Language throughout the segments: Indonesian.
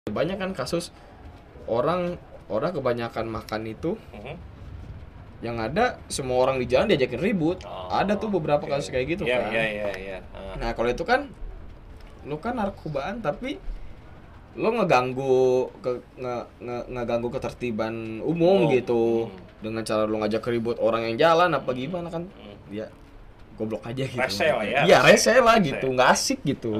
Banyak kan kasus orang orang kebanyakan makan itu, yang ada semua orang di jalan diajakin ribut. Ada tuh beberapa kasus kayak gitu kan. Iya. Nah kalau itu kan lu kan narkobaan tapi lo ngeganggu ketertiban umum gitu dengan cara lo ngajak ribut orang yang jalan apa gimana kan. Ya goblok aja gitu. Rese lah ya. Iya rese lah gitu, nggak asik gitu.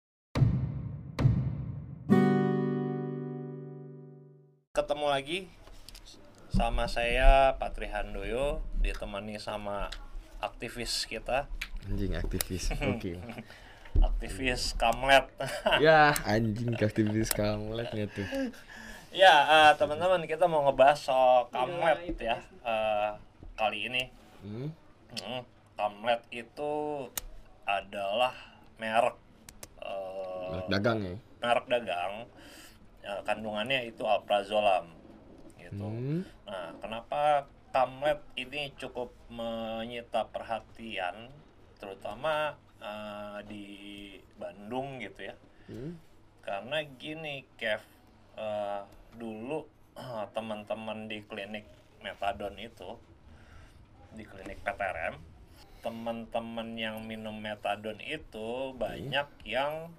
Ketemu lagi sama saya Patri Handoyo, ditemani sama aktivis kita. Anjing aktivis. Oke. Aktivis Kamlet. Ya anjing aktivis Kamlet gitu. Ya, teman-teman, kita mau ngebahas soal Kamlet ya. Kali ini Kamlet itu adalah merek dagang ya. Merek dagang. Kandungannya itu alprazolam gitu. Nah, kenapa Kamlet ini cukup menyita perhatian terutama di Bandung gitu ya. Karena gini, Kev, dulu teman-teman di klinik metadon itu, di klinik PTRM, teman-teman yang minum metadon itu banyak yang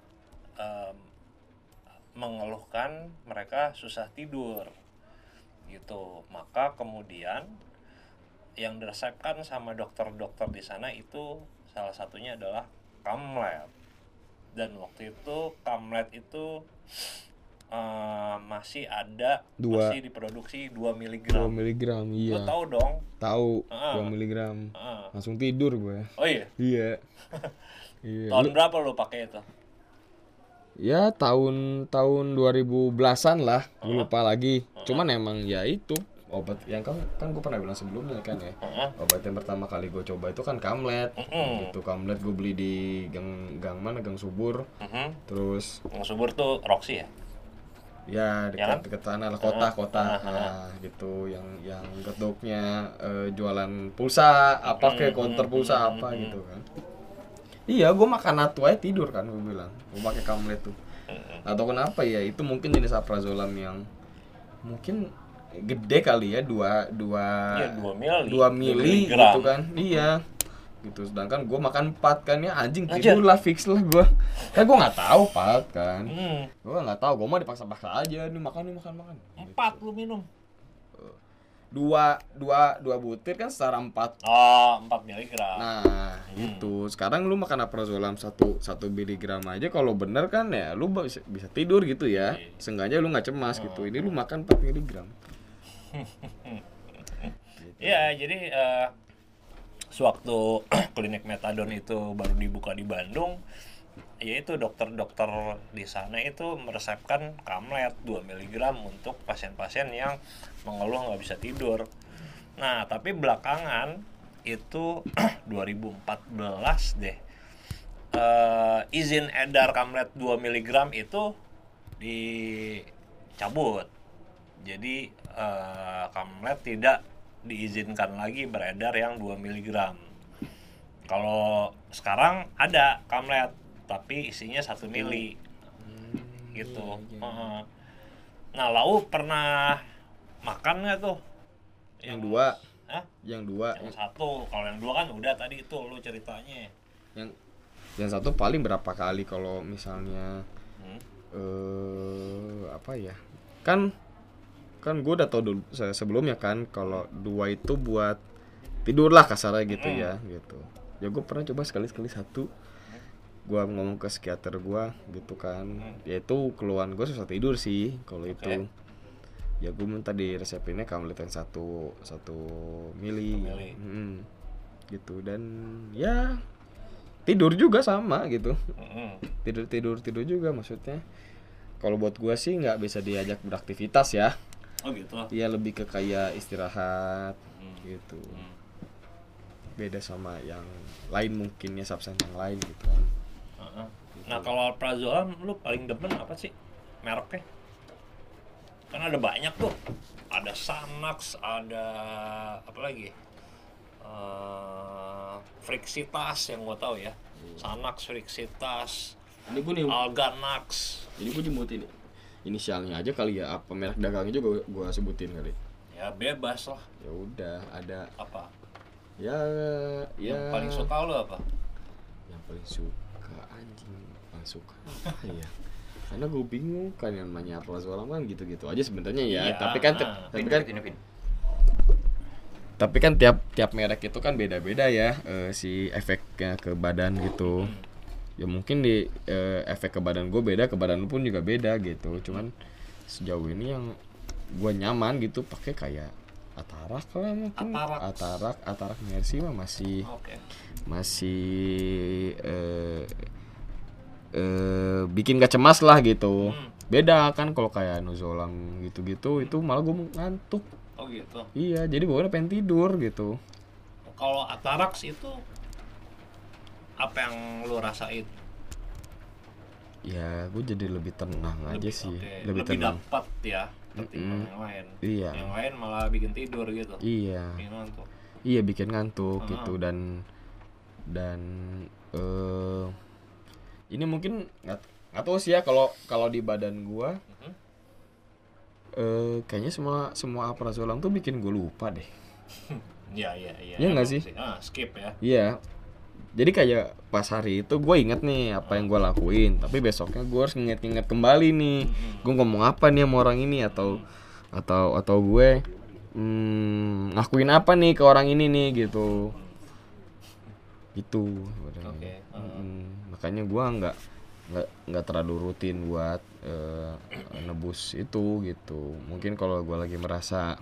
mengeluhkan mereka susah tidur gitu. Maka kemudian yang diresepkan sama dokter-dokter di sana itu salah satunya adalah Kamlet. Dan waktu itu Kamlet itu masih masih diproduksi 2 mg. 2 mg, iya. Lo tahu dong? Tahu, 2 mg. Langsung tidur gue. Oh iya? Iya. Tahun berapa lo pakai itu? Ya tahun 2010-an lah, gue lupa lagi. Cuman emang ya itu obat yang kan gue pernah bilang sebelumnya kan ya. Obat yang pertama kali gue coba itu kan Kamlet. Gitu Kamlet gue beli di gang Subur. Terus Gang Subur tuh Roxy ya? Ya dekat sana lah, kota. Nah, gitu yang gedoknya jualan pulsa apa kayak counter pulsa apa gitu kan. Iya, gue makan natu aja tidur kan, gue bilang. Gue pakai Kamlet tuh. Atau kenapa ya? Itu mungkin jenis alprazolam yang mungkin gede kali ya, 2 mili gitu kan. Iya. Gitu. Sedangkan gue makan 4 kan ya, anjing tidur lah, fix lah gue. Kan gue nggak tahu 4 kan. Gue nggak tahu, gue mah dipaksa-paksa aja nih makan. 4 lu minum. 2 butir kan setara 4. Oh, 4 mg. Nah, gitu. Sekarang lu makan alprazolam 1 mg aja kalau bener kan ya lu bisa tidur gitu ya. Seenggaknya lu nggak cemas gitu. Ini lu makan 4 mg. Gitu. Iya, jadi sewaktu klinik metadon itu baru dibuka di Bandung, yaitu dokter-dokter di sana itu meresepkan Kamlet 2 mg untuk pasien-pasien yang mengeluh nggak bisa tidur. Nah, tapi belakangan itu 2014 deh, izin edar Kamlet 2 mg itu dicabut. Jadi Kamlet tidak diizinkan lagi beredar yang 2 mg. Kalau sekarang ada Kamlet tapi isinya 1 mili gitu. Nah, Lau pernah makan nggak tuh? Yang 2? Hah? Yang 2? Yang 1. Kalau yang 2 kan udah tadi itu lu ceritanya. Yang 1 paling berapa kali kalau misalnya apa ya? Kan gue udah tau dulu sebelumnya kan kalau 2 itu buat tidur lah kasarnya gitu ya gitu. Ya gue pernah coba sekali 1. Gue ngomong ke psikiater gue gitu kan. Ya itu keluhan gue susah tidur sih kalau itu. Ya gue minta di resepinnya Kamlet yang 1 mili. Gitu. Dan ya tidur juga sama gitu. Tidur juga maksudnya. Kalau buat gue sih nggak bisa diajak beraktivitas ya. Oh gitu. Iya, lebih ke kayak istirahat gitu. Beda sama yang lain mungkin ya, substansi yang lain gitu kan. Nah, kalau alprazolam lu paling demen apa sih mereknya? Kan ada banyak tuh. Ada Xanax, ada apa lagi? Frixitas yang gua tahu ya. Xanax, Frixitas, Ini gue nih. Alganax. Ini gue jemput ini. inisialnya aja kali ya, apa merek dagangnya juga gua sebutin kali. Ya bebas lah. Ya udah, ada Apa? ya Yang ya paling suka lo apa? yang paling suka anjing, paling suka apa ya? Karena gue bingung kan yang namanya Alprazolam kan gitu-gitu aja sebenarnya ya. Iya, Tapi kan tapi kan tiap merek itu kan beda-beda ya, si efeknya ke badan gitu. Ya mungkin di efek ke badan gue beda, ke badan lu pun juga beda gitu. Cuman sejauh ini yang gue nyaman gitu pakai kayak Atarak lah mungkin. Atarak Mercy mah masih bikin gak cemas lah gitu. Beda kan kalau kayak Nuzolam gitu-gitu itu malah gue ngantuk. Oh gitu. Iya, jadi gue pengen tidur gitu. Kalau Atarax itu apa yang lu rasain? Ya, gue jadi lebih tenang aja sih. Lebih tenang. Dapat ya ketimbang yang lain. Iya. Yang lain malah bikin tidur gitu. Iya. Bikin ngantuk. Iya, bikin ngantuk gitu dan ini mungkin nggak tahu sih ya kalau di badan gue kayaknya semua Alprazolam tuh bikin gue lupa deh. Iya. Iya nggak sih? Skip ya. Iya. Jadi kayak pas hari itu gue inget nih apa yang gue lakuin, tapi besoknya gue harus nginget kembali nih, gue ngomong apa nih sama orang ini atau gue ngakuin apa nih ke orang ini nih gitu. Oke. Makanya gue nggak terlalu rutin buat nebus itu gitu. Mungkin kalau gue lagi merasa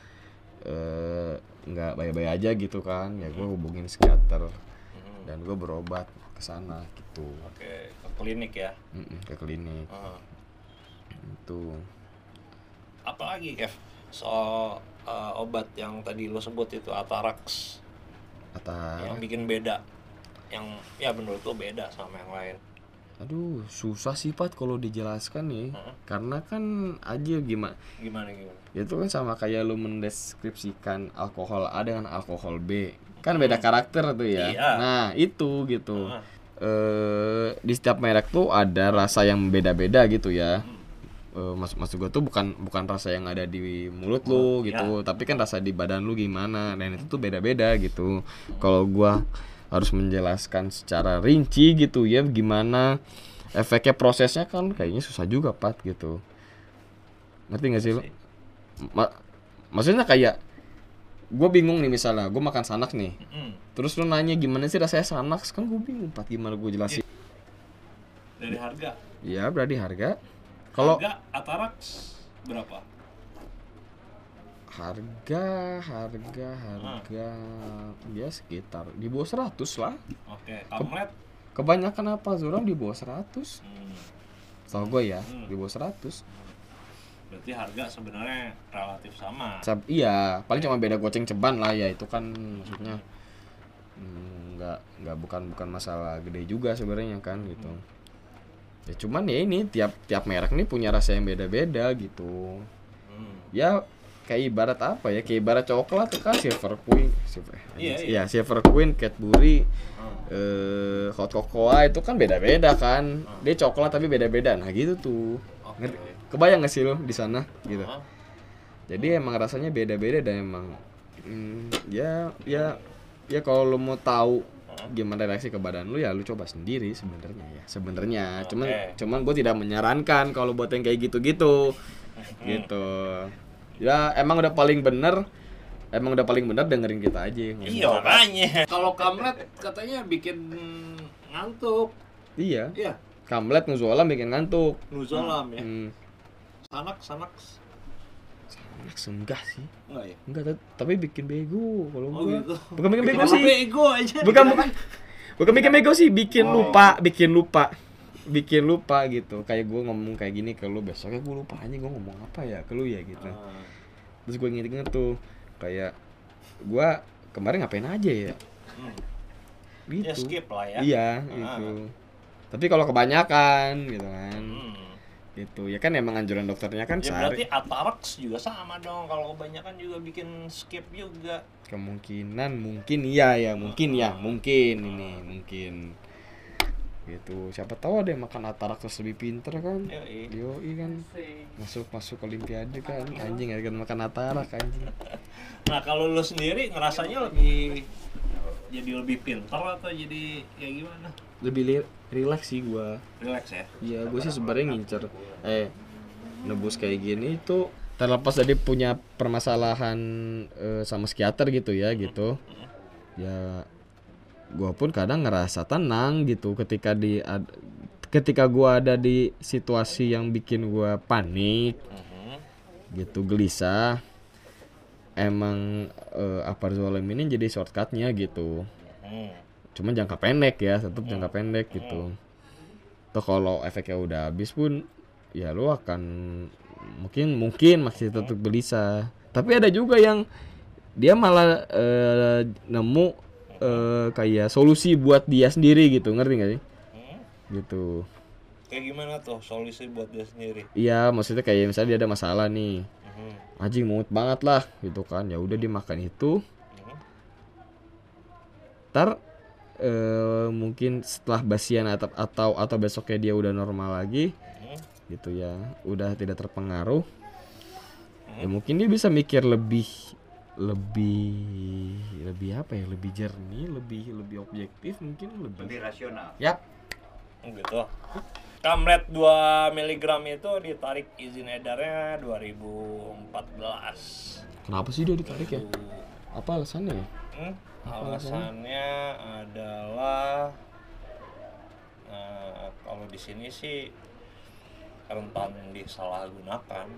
nggak baik-baik aja gitu kan, ya gue hubungin psikiater dan gue berobat ke sana gitu. Oke, ke klinik ya. Ke klinik. Itu. Apalagi Kev soal obat yang tadi lo sebut itu Atarax. Yang bikin beda, yang ya menurut lo beda sama yang lain. Aduh, susah sih Pat kalau dijelaskan nih. Karena kan aja gimana? Itu kan sama kayak lu mendeskripsikan alkohol A dengan alkohol B. Kan beda karakter tuh ya. Iya. Nah, itu gitu. Di setiap merek tuh ada rasa yang beda-beda gitu ya. Maksud gue tuh bukan rasa yang ada di mulut lu gitu, tapi kan rasa di badan lu gimana. Dan itu tuh beda-beda gitu. Kalau gua harus menjelaskan secara rinci gitu ya gimana efeknya, prosesnya kan kayaknya susah juga Pat gitu. Ngerti gak sih lu? Maksudnya kayak gue bingung nih, misalnya gue makan sanak nih, terus lu nanya gimana sih rasanya sanak, kan gue bingung Pat gimana gue jelasin. Dari harga? Iya, berarti harga. Kalau harga Atarax berapa? Harga ya sekitar di bawah 100 lah. Oke, kamlet? Kebanyakan apa Zoram di bawah 100. Tahu gue ya, di bawah 100. Berarti harga sebenarnya relatif sama. Iya, paling cuma beda goceng ceban lah ya, itu kan maksudnya bukan masalah gede juga sebenarnya kan gitu. Ya cuman ya ini tiap merek nih punya rasa yang beda-beda gitu. Ya kayak ibarat apa ya? Kayak ibarat coklat tuh kan Silver Queen. Iya, Silver Queen, Cadbury, Hot Cocoa itu kan beda-beda kan. Dia coklat tapi beda-beda. Nah, gitu tuh. Ngerti? Kebayang gak sih lo di sana gitu. Jadi emang rasanya beda-beda dan emang ya kalau lo mau tahu gimana reaksi ke badan lu ya lu coba sendiri sebenarnya. Cuman gue tidak menyarankan kalau buat yang kayak gitu-gitu. Gitu. Ya emang udah paling bener dengerin kita aja. Iya makanya. Kalau kamlet katanya bikin ngantuk. Iya. Kamlet Nuzolam bikin ngantuk. Nuzolam ya. Sanak enggak sih. Enggak ya? Enggak, tapi bikin bego kalau gua. Gitu. Bukan bikin bego sih. Bego aja. Bukan bikin bego sih, bikin lupa gitu. Kayak gua ngomong kayak gini ke lu, besoknya gua lupa aja gua ngomong apa ya ke lu ya gitu. Terus gua inget tuh kayak gua kemarin ngapain aja ya. Gitu. Ya skip lah ya. Iya, gitu. Tapi kalau kebanyakan gitu kan. Gitu ya kan emang anjuran dokternya kan ya sehari. Berarti Atarax juga sama dong, kalau kebanyakan juga bikin skip juga. Kemungkinan mungkin iya ya, mungkin gitu. Siapa tahu ada yang makan atarak terus lebih pinter kan. Yoi. Yoi kan. Masuk olimpiade kan. Anjing kan makan atarak anjing. Nah kalau lu sendiri ngerasanya lebih jadi lebih pintar atau jadi kayak gimana? Lebih relax sih gua. Relax ya? Iya, gue sih sebenarnya ngincer nebus kayak gini itu terlepas dari punya permasalahan sama psikiater gitu ya gitu. Ya gua pun kadang ngerasa tenang gitu ketika gua ada di situasi yang bikin gua panik gitu, gelisah. Emang Alprazolam ini jadi shortcutnya gitu. Cuman jangka pendek ya, tetap jangka pendek gitu. Toh kalau efeknya udah habis pun ya lu akan mungkin masih tetap gelisah. Tapi ada juga yang dia malah nemu kayak solusi buat dia sendiri gitu, ngerti gak sih? Gitu. Kayak gimana tuh solusi buat dia sendiri? Iya, maksudnya kayak misalnya dia ada masalah nih. Anjing mumet banget lah gitu kan. Ya udah dimakan itu. Ntar mungkin setelah basian atau besoknya dia udah normal lagi. Gitu ya. Udah tidak terpengaruh. Ya mungkin dia bisa mikir lebih apa ya? Lebih jernih, lebih objektif, mungkin lebih rasional. Yap. Gitu. Kamret 2 mg itu ditarik izin edarnya 2014. Kenapa sih dia ditarik ya? Apa alasannya ya? Alasannya adalah kalau di sini sih rentan disalahgunakan.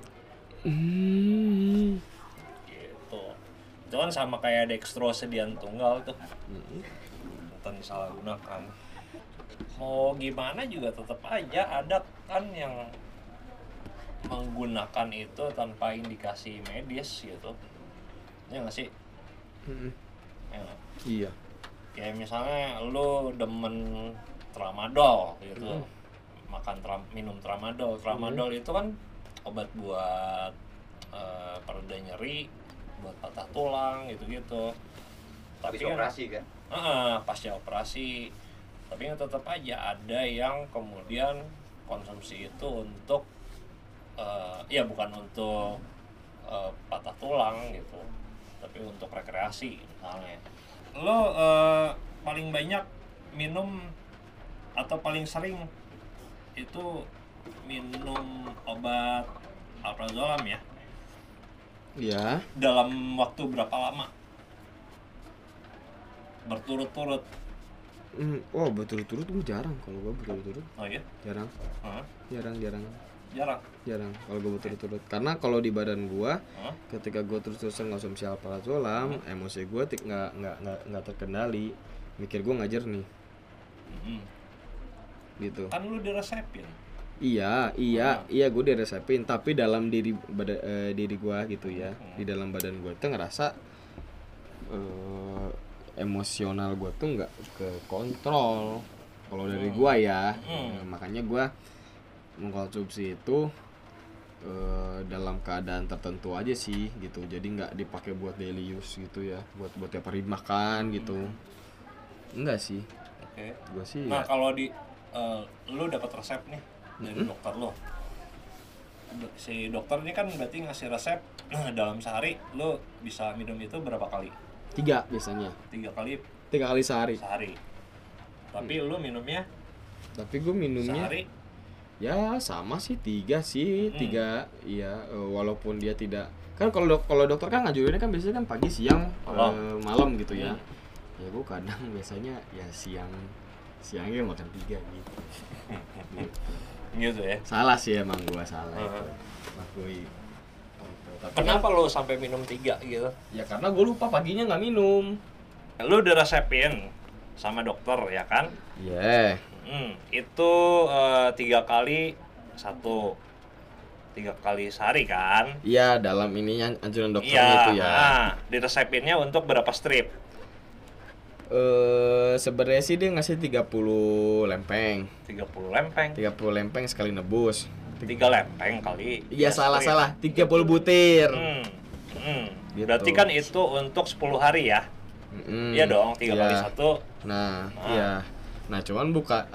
Gitu. Itu kan sama kayak dextrosedian tunggal tuh. Rentan disalahgunakan. Mau gimana juga tetap aja ada kan yang menggunakan itu tanpa indikasi medis gitu. Ya nggak sih? Ya. Iya. Kayak misalnya lu demen tramadol gitu. Minum tramadol. Tramadol itu kan obat buat pereda nyeri, buat patah tulang gitu-gitu. Tapi operasi kan? Pasca operasi. Tapi tetap aja ada yang kemudian konsumsi itu untuk ya bukan untuk patah tulang gitu, tapi untuk rekreasi misalnya. Lo paling banyak minum atau paling sering itu minum obat alprazolam ya? Iya. Dalam waktu berapa lama? Berturut-turut? Oh berturut-turut gue jarang. Kalau gue berturut-turut Oh iya? jarang. Jarang. Jarang? Kalau gue berturut-turut. Karena kalau di badan gue ketika gue terus-terusan konsumsi alprazolam, emosi gue nggak terkendali, mikir gue nggak jernih. Gitu. Kan lu diresepin. Iya, gue diresepin, tapi dalam diri gue gitu ya, di dalam badan gue tuh ngerasa emosional gue tuh nggak ke kontrol kalau dari gue ya. Makanya gue mengkonsumsi itu dalam keadaan tertentu aja sih gitu, jadi nggak dipakai buat daily use gitu ya, buat tiap hari makan gitu. Enggak sih. Oke. Gue sih Nah ya. kalau di lu dapat resep nih dari dokter lo, si dokter ini kan berarti ngasih resep dalam sehari lu bisa minum itu berapa kali? 3 biasanya. 3 kali 3 kali sehari. Tapi lu minumnya Tapi gue minumnya sehari? Ya sama sih 3 sih. 3 iya, walaupun dia tidak kan kalau dokter kan ngajurinnya kan biasanya kan pagi siang malam gitu ya. Ya gue kadang biasanya ya siangnya makan 3 gitu. Gitu ya. Salah sih emang gue salah itu. Akui. Tapi Kenapa lu sampai minum 3 gitu? ya karena gue lupa paginya nggak minum. Lu udah resepin sama dokter ya kan? Iya. Itu 3 kali 3 kali sehari kan? Iya, dalam ininya anjuran dokter Iya, itu ya. diresepinnya untuk berapa strip? Sebenarnya sih dia ngasih 30 lempeng. 30 lempeng. 30 lempeng sekali nebus. 3 lempeng kali. Iya, Ya, strip. salah. 30 butir. Gitu. Berarti kan itu untuk 10 hari ya? Iya dong, 3 kali 1. Nah, iya. Nah cuman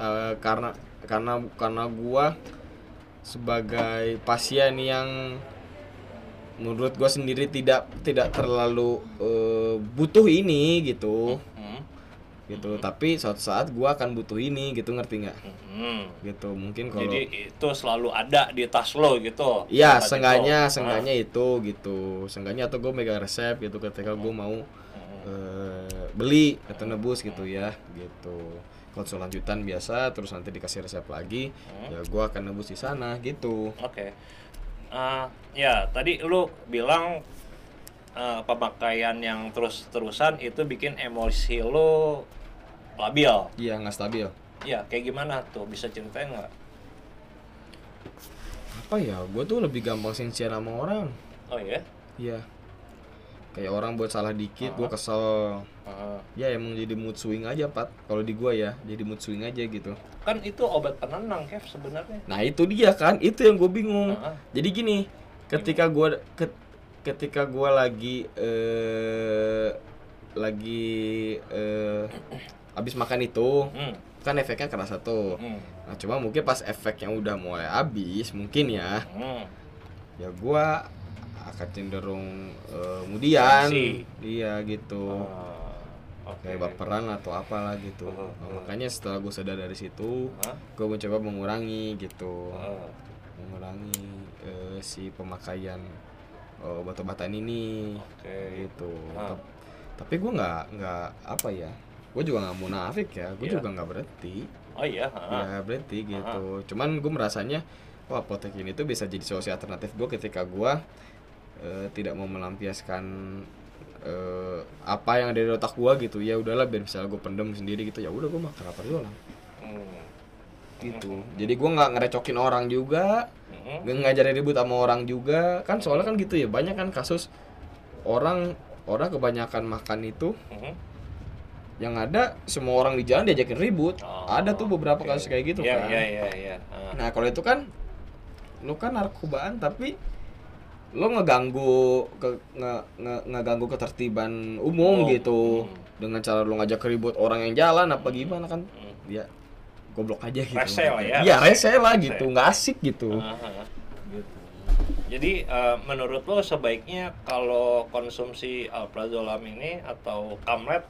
karena gua sebagai pasien yang menurut gua sendiri tidak terlalu butuh ini gitu. Gitu, tapi suatu saat gua akan butuh ini gitu, ngerti nggak? Gitu, mungkin kalau Jadi itu selalu ada di tas lo gitu. iya, obat seenggaknya itu gitu. Seenggaknya atau gue megang resep gitu ketika gue mau beli atau nebus gitu ya, gitu. Konsul lanjutan biasa, terus nanti dikasih resep lagi, ya gue akan nebus di sana gitu. Oke. Ya, tadi lu bilang pemakaian yang terus-terusan itu bikin emosi lo labil. Iya, nggak stabil. Iya, kayak gimana tuh? Bisa ceritain nggak? Apa ya? Gue tuh lebih gampang sincere sama orang. Oh iya? Iya. Kayak orang buat salah dikit, gue kesel. Ya emang jadi mood swing aja, Pat. Kalau di gue ya, jadi mood swing aja gitu. Kan itu obat penenang, Kev, sebenarnya. Nah itu dia kan, itu yang gue bingung. Jadi gini, ketika gue lagi abis makan itu, kan efeknya kerasa tuh. Nah cuma mungkin pas efeknya udah mulai habis, mungkin ya, ya gue akan cenderung kemudian, iya gitu. Kayak baperan atau apalah gitu. Makanya setelah gue sadar dari situ, gue mencoba mengurangi gitu, mengurangi si pemakaian obat-obatan ini, gitu. Tapi gue nggak apa ya, gue juga nggak munafik ya, gue juga nggak berhenti. Oh iya, ya berhenti gitu. Cuman gue merasanya, wah apotek ini tuh bisa jadi solusi alternatif gue ketika gue tidak mau melampiaskan apa yang ada di otak gua gitu. Ya udahlah, biar misalnya gua pendem sendiri gitu, ya udah gua makan Raparizolam gitu. Jadi gua nggak ngerecokin orang juga, nggak ngajarin ribut sama orang juga kan. Soalnya kan gitu ya, banyak kan kasus orang kebanyakan makan itu, yang ada semua orang di jalan diajakin ribut. Ada tuh beberapa kasus kayak gitu kan. Iya. Nah kalau itu kan lu kan narkobaan tapi lo ngeganggu ketertiban umum gitu, dengan cara lo ngajak ribut orang yang jalan apa gimana kan, ya goblok aja gitu. Rese lah ya. Iya rese lah gitu, nggak asik gitu. Gitu. Jadi menurut lo sebaiknya kalau konsumsi alprazolam ini atau Kamret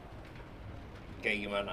kayak gimana?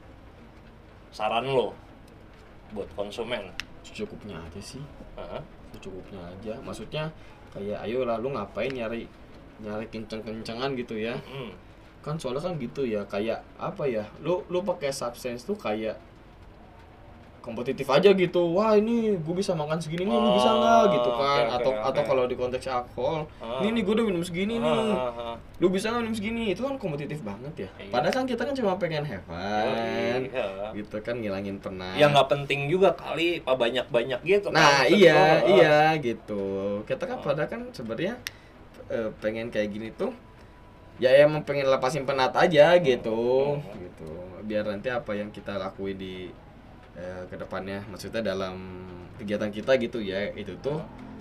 Saran lo buat konsumen? Secukupnya aja sih. Secukupnya aja. Maksudnya kayak ayolah lu ngapain nyari kenceng-kencengan gitu ya. Kan soalnya kan gitu ya, kayak apa ya, lu pakai substance tuh kayak kompetitif aja gitu. Wah ini gue bisa makan segini nih, lu bisa nggak gitu kan. Atau kalau di konteks alkohol, ini gue udah minum segini nih, lu bisa nggak minum segini. Itu kan kompetitif banget ya. Padahal kan kita kan cuma pengen have fun gitu kan, ngilangin penat. Ya nggak penting juga kali apa banyak gitu. Nah kan? iya gitu. Kita kan padahal kan sebenarnya pengen kayak gini tuh ya emang pengen lepasin penat aja gitu. Gitu. Biar nanti apa yang kita lakuin di kedepannya, maksudnya dalam kegiatan kita gitu ya, itu tuh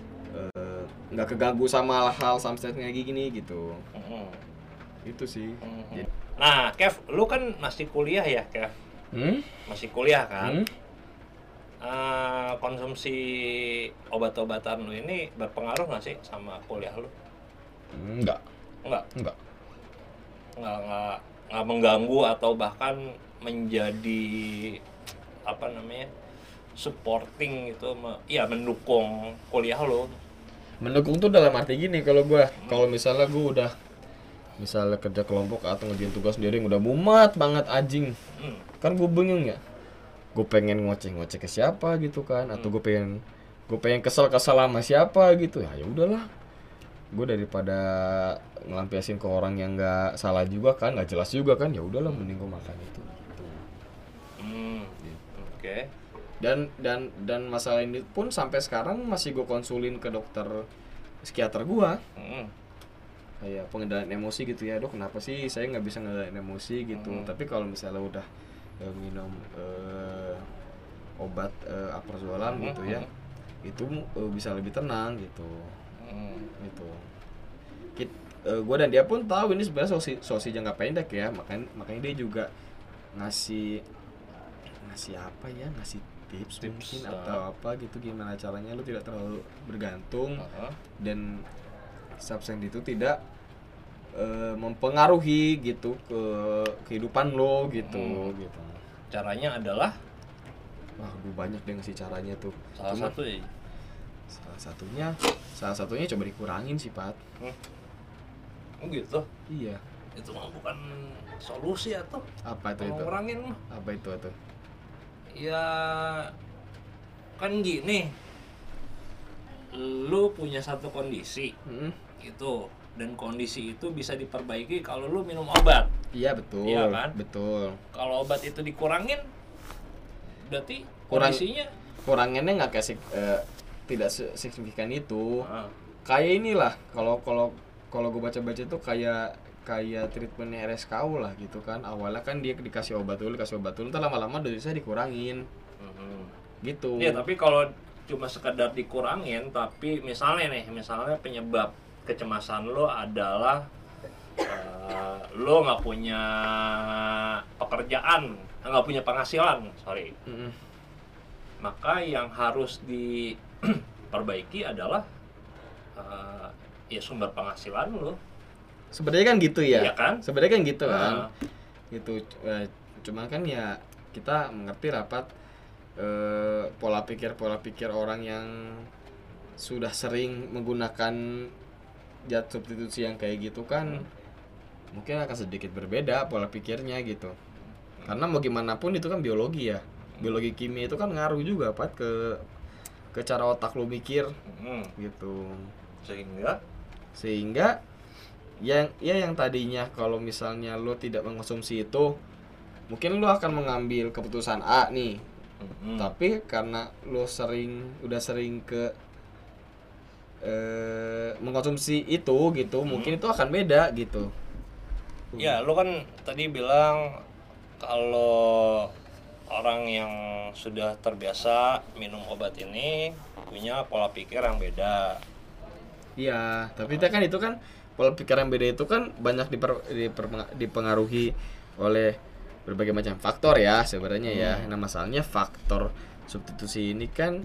nggak keganggu sama hal substance kayak gini gitu. Itu sih. Nah Kev, lu kan masih kuliah ya Kev? Masih kuliah kan? Konsumsi obat-obatan lu ini berpengaruh nggak sih sama kuliah lu? Enggak mengganggu atau bahkan menjadi apa namanya, supporting gitu, ya mendukung kuliah lo. Mendukung tuh dalam arti gini, kalau misalnya gue udah misalnya kerja kelompok atau ngerjain tugas sendiri udah mumet banget anjing, kan gue bingung ya, gue pengen ngoceh ke siapa gitu kan, atau gue pengen kesel sama siapa gitu ya udahlah, gue daripada ngelampiasin ke orang yang nggak salah juga kan, nggak jelas juga kan, ya udahlah mending gue makan itu gitu. Oke. Dan masalah ini pun sampai sekarang masih gue konsulin ke dokter psikiater gue. Kayak pengendalian emosi gitu ya, dok kenapa sih saya nggak bisa ngendaliin emosi gitu. Tapi kalau misalnya udah minum obat alprazolam gitu ya, itu bisa lebih tenang gitu. Gitu. Gue dan dia pun tahu ini sebenarnya solusi jangka pendek ya, makanya dia juga ngasih ngasih apa ya, ngasih tips mungkin Tips, atau apa gitu, gimana caranya lu tidak terlalu bergantung dan substance itu tidak mempengaruhi gitu ke kehidupan lo gitu gitu. Caranya adalah Wah, gue banyak deh ngasih caranya tuh. salah Cuma satu ya. salah satunya coba dikurangin sih, Pat. Oh gitu. Iya. Itu mah bukan solusi atau Apa itu? ngurangin mah. Apa itu tuh? Ya kan gini, lu punya satu kondisi gitu, dan kondisi itu bisa diperbaiki kalau lu minum obat. Iya, betul. Iya kan? Betul. Kalau obat itu dikurangin, berarti Kuranginnya nggak kayak tidak signifikan itu. Kayak inilah kalau gue baca-baca itu kayak treatmentnya RSKU lah gitu kan. Awalnya kan dia dikasih obat dulu, ntar lama-lama dosisnya dikurangin. Gitu. Iya, tapi kalau cuma sekedar dikurangin, tapi misalnya penyebab kecemasan lo adalah lo nggak punya pekerjaan, nggak punya penghasilan, maka yang harus diperbaiki adalah ya sumber penghasilan lo. Sebenarnya kan gitu ya. Iya kan? Sebenarnya kan gitu kan. Gitu. Cuma kan ya kita mengerti rapat pola pikir orang yang sudah sering menggunakan zat substitusi yang kayak gitu kan mungkin akan sedikit berbeda pola pikirnya gitu. Karena mau gimana pun itu kan biologi ya. Biologi kimia itu kan ngaruh juga Pat ke cara otak lu mikir gitu. Sehingga yang tadinya kalau misalnya lu tidak mengkonsumsi itu mungkin lu akan mengambil keputusan A nih. Tapi karena lu udah sering ke mengkonsumsi itu gitu, mungkin itu akan beda gitu. Ya, lu kan tadi bilang kalau orang yang sudah terbiasa minum obat ini punya pola pikir yang beda. Iya, tapi kan itu kan pola pikir yang beda itu kan banyak dipengaruhi oleh berbagai macam faktor ya sebenarnya ya. Nah, masalahnya faktor substitusi ini kan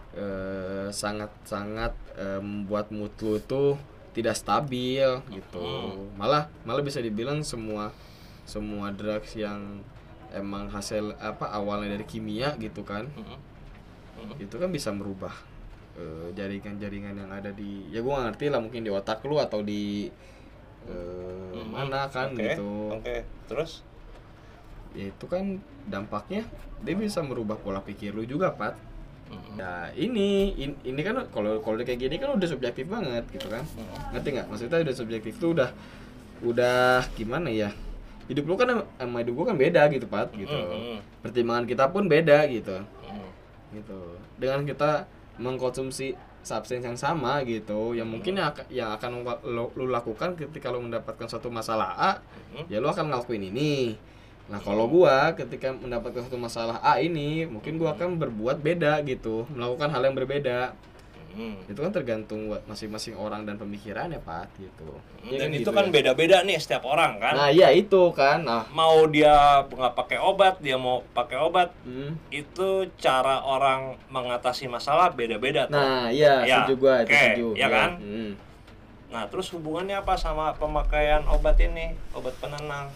sangat membuat mood lu itu tidak stabil gitu. Malah bisa dibilang semua drugs yang emang hasil awalnya dari kimia gitu kan. Itu kan bisa merubah jaringan-jaringan yang ada di, ya gue gak ngerti lah, mungkin di otak lu atau di mana kan gitu. Terus Ya itu kan dampaknya dia bisa merubah pola pikir lu juga Pat. Nah ini kan kalau kayak gini kan udah subjektif banget gitu kan. Ngerti nggak? Maksudnya udah subjektif tuh udah gimana ya? Hidup lu kan sama hidup gua kan beda gitu Pat gitu. Pertimbangan kita pun beda gitu. Gitu. Dengan kita mengkonsumsi substance yang sama gitu, yang mungkin yang akan lu lakukan ketika lu mendapatkan suatu masalah A, ya lu akan ngelakuin ini. Nah kalau gua ketika mendapatkan satu masalah A ini, mungkin gua akan berbuat beda gitu, melakukan hal yang berbeda. Itu kan tergantung masing-masing orang dan pemikirannya Pak gitu. Dan Ya itu gitu kan ya. beda-beda nih setiap orang kan. Nah iya itu kan. Nah Mau dia nggak pakai obat, dia mau pakai obat, itu cara orang mengatasi masalah beda-beda. Nah iya Ya, setuju gua, itu oke, setuju. ya kan? Nah terus hubungannya apa sama pemakaian obat ini, obat penenang?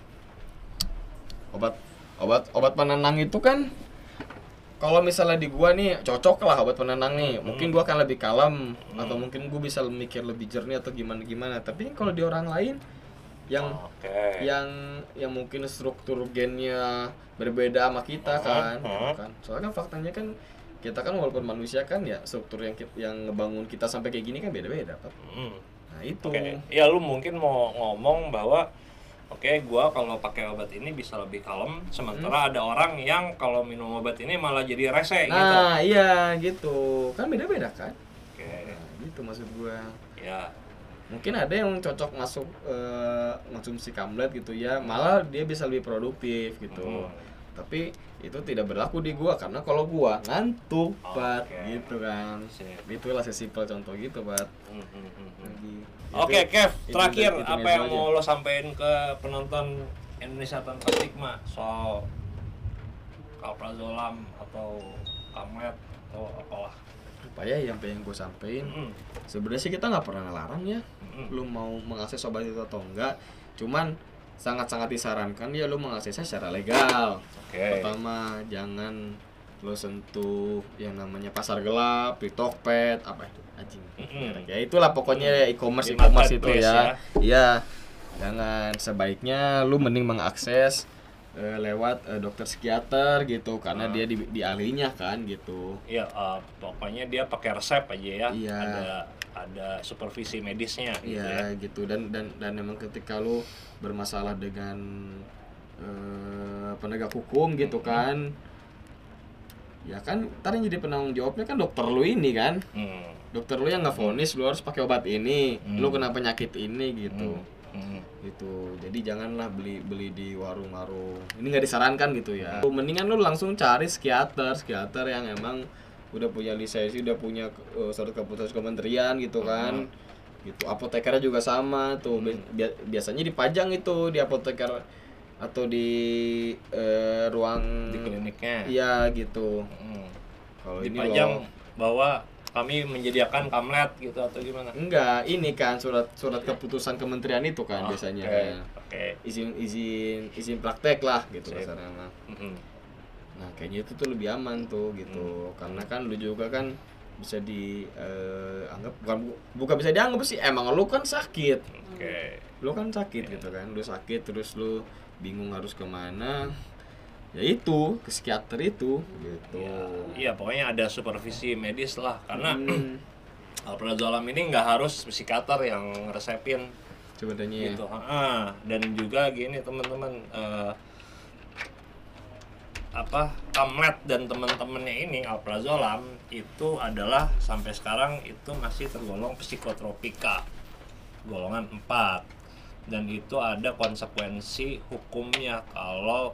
Obat penenang itu kan kalau misalnya di gua nih cocok lah obat penenang nih, mungkin gua akan lebih kalem atau mungkin gua bisa mikir lebih jernih atau gimana. Tapi kalau di orang lain yang mungkin struktur gennya berbeda sama kita kan, gitu kan. Soalnya kan faktanya kan kita kan walaupun manusia kan ya struktur yang ngebangun kita sampai kayak gini kan beda-beda Pak. Nah itu. Ya lu mungkin mau ngomong bahwa gua kalau pakai obat ini bisa lebih kalem, sementara ada orang yang kalau minum obat ini malah jadi rese gitu. Nah, iya gitu. Kan beda-beda kan? Nah, gitu maksud gua. Ya. Mungkin ada yang cocok masuk konsumsi kamlet gitu ya, malah dia bisa lebih produktif gitu. Tapi itu tidak berlaku di gua karena kalau gua ngantuk, Pat, gitu kan. Itulah sesimpel contoh gitu, Pat. Oke, Kev, terakhir itu apa yang mau lo sampein ke penonton Indonesia Tanpa Stigma soal alprazolam atau kamlet atau apalah. Supaya yang pengen gue sampein, Mm-mm. sebenarnya sih kita nggak pernah ngelarang ya, Mm-mm. lu mau mengakses obat itu atau enggak. Cuman sangat-sangat disarankan ya lu mengaksesnya secara legal. Oke. Pertama, jangan lu sentuh yang namanya pasar gelap, di Tokped, apa itu anjing. Mm-mm. Ya itulah pokoknya e-commerce Di itu marketplace ya. Iya. Jangan, sebaiknya lu mending mengakses lewat dokter psikiater gitu, karena dia di ahlinya kan gitu. Iya, pokoknya dia pakai resep aja ya. Iya. Ada supervisi medisnya gitu Iya ya. gitu, dan memang ketika lu bermasalah dengan penegak hukum gitu kan, ya kan ntar yang jadi penanggung jawabnya kan dokter lu ini kan, dokter lu yang ngevonis lu harus pakai obat ini, lu kena penyakit ini gitu. Gitu, jadi janganlah beli di warung-warung, ini nggak disarankan gitu ya. Mendingan lu langsung cari psikiater yang emang udah punya lisensi, udah punya surat keputusan kementerian gitu kan. Gitu, apotekernya juga sama tuh. Biasanya dipajang itu di apoteker atau di ruang Di kliniknya. iya gitu. Kalau ini Dipajang loh, bahwa kami menyediakan kamlet gitu atau gimana? enggak, ini kan surat keputusan kementerian itu kan biasanya. Oke. Izin praktek lah gitu Sip. kasarnya mah. Mm-mm. Nah, kayaknya itu tuh lebih aman tuh gitu. Karena kan lu juga kan bisa dianggap, bukan bisa dianggap sih, emang lu kan sakit. Oke. Lu kan sakit gitu kan. Lu sakit terus lu bingung harus kemana. Ya itu, ke psikiater itu gitu. Iya, pokoknya ada supervisi medis lah, karena Hmm, alprazolam ini nggak harus psikiater yang resepin sebenarnya gitu. Dan juga gini teman-teman, kamlet dan teman-temannya ini alprazolam itu adalah sampai sekarang itu masih tergolong psikotropika golongan 4, dan itu ada konsekuensi hukumnya kalau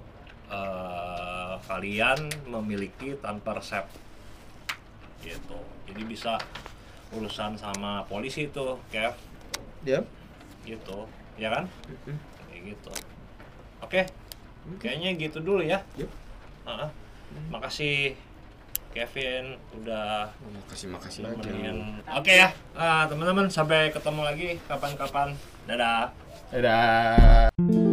kalian memiliki tanpa resep gitu. Jadi bisa urusan sama polisi tuh, Kev, Yap. gitu ya kan. Kayak gitu. Oke. Kayaknya gitu dulu ya. Yep. Makasih Kevin udah Makasih aja. nemenin. Oke ya, teman-teman, sampai ketemu lagi kapan-kapan. Dadah. Dadah.